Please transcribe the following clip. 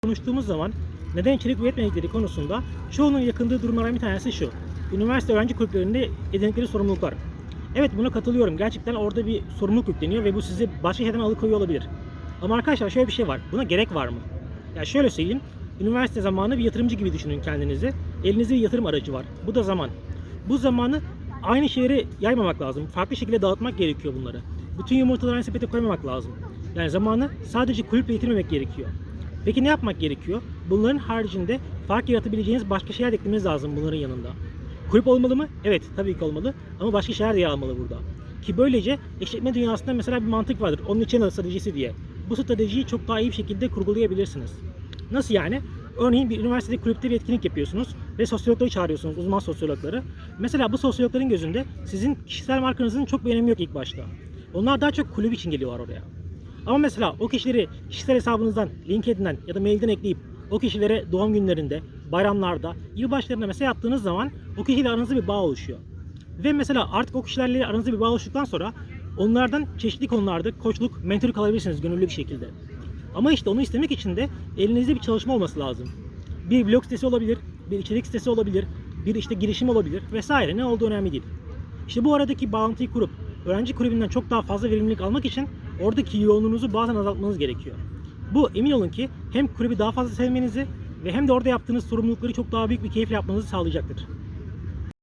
Konuştuğumuz zaman neden içerik üretmedikleri konusunda çoğunun yakındığı durumlardan bir tanesi şu. Üniversite öğrenci kulüplerinde edindikleri sorumluluklar. Evet, buna katılıyorum. Gerçekten orada bir sorumluluk yükleniyor ve bu sizi başka şeyden alıkoyuyor olabilir. Ama arkadaşlar şöyle bir şey var. Buna gerek var mı? Ya şöyle söyleyeyim. Üniversite zamanı bir yatırımcı gibi düşünün kendinizi. Elinizde bir yatırım aracı var. Bu da zaman. Bu zamanı aynı şeyleri yaymamak lazım. Farklı şekilde dağıtmak gerekiyor bunları. Bütün yumurtaları aynı sepete koymamak lazım. Yani zamanı sadece kulüple yitirmemek gerekiyor. Peki ne yapmak gerekiyor? Bunların haricinde fark yaratabileceğiniz başka şeyler de eklemeniz lazım bunların yanında. Kulüp olmalı mı? Evet, tabii ki olmalı. Ama başka şeyler de yer almalı burada. Ki böylece işletme dünyasında mesela bir mantık vardır. Omnichannel stratejisi diye. Bu stratejiyi çok daha iyi bir şekilde kurgulayabilirsiniz. Nasıl yani? Örneğin bir üniversitede kulüpte bir etkinlik yapıyorsunuz ve sosyologları çağırıyorsunuz, uzman sosyologları. Mesela bu sosyologların gözünde sizin kişisel markanızın çok bir önemi yok ilk başta. Onlar daha çok kulüp için geliyorlar oraya. Ama mesela o kişileri kişisel hesabınızdan, LinkedIn'den ya da mailden ekleyip o kişilere doğum günlerinde, bayramlarda, yılbaşlarında mesela yaptığınız zaman o kişiyle aranızda bir bağ oluşuyor. Ve mesela artık o kişilerle aranızda bir bağ oluştuktan sonra onlardan çeşitli konularda koçluk, mentorluk alabilirsiniz gönüllü bir şekilde. Ama işte onu istemek için de elinizde bir çalışma olması lazım. Bir blog sitesi olabilir, bir içerik sitesi olabilir, bir işte girişim olabilir vesaire, ne olduğu önemli değil. İşte bu aradaki bağlantıyı kurup öğrenci kulübünden çok daha fazla verimlilik almak için oradaki yoğunluğunuzu bazen azaltmanız gerekiyor. Bu, emin olun ki hem kulübü daha fazla sevmenizi ve hem de orada yaptığınız sorumlulukları çok daha büyük bir keyifle yapmanızı sağlayacaktır.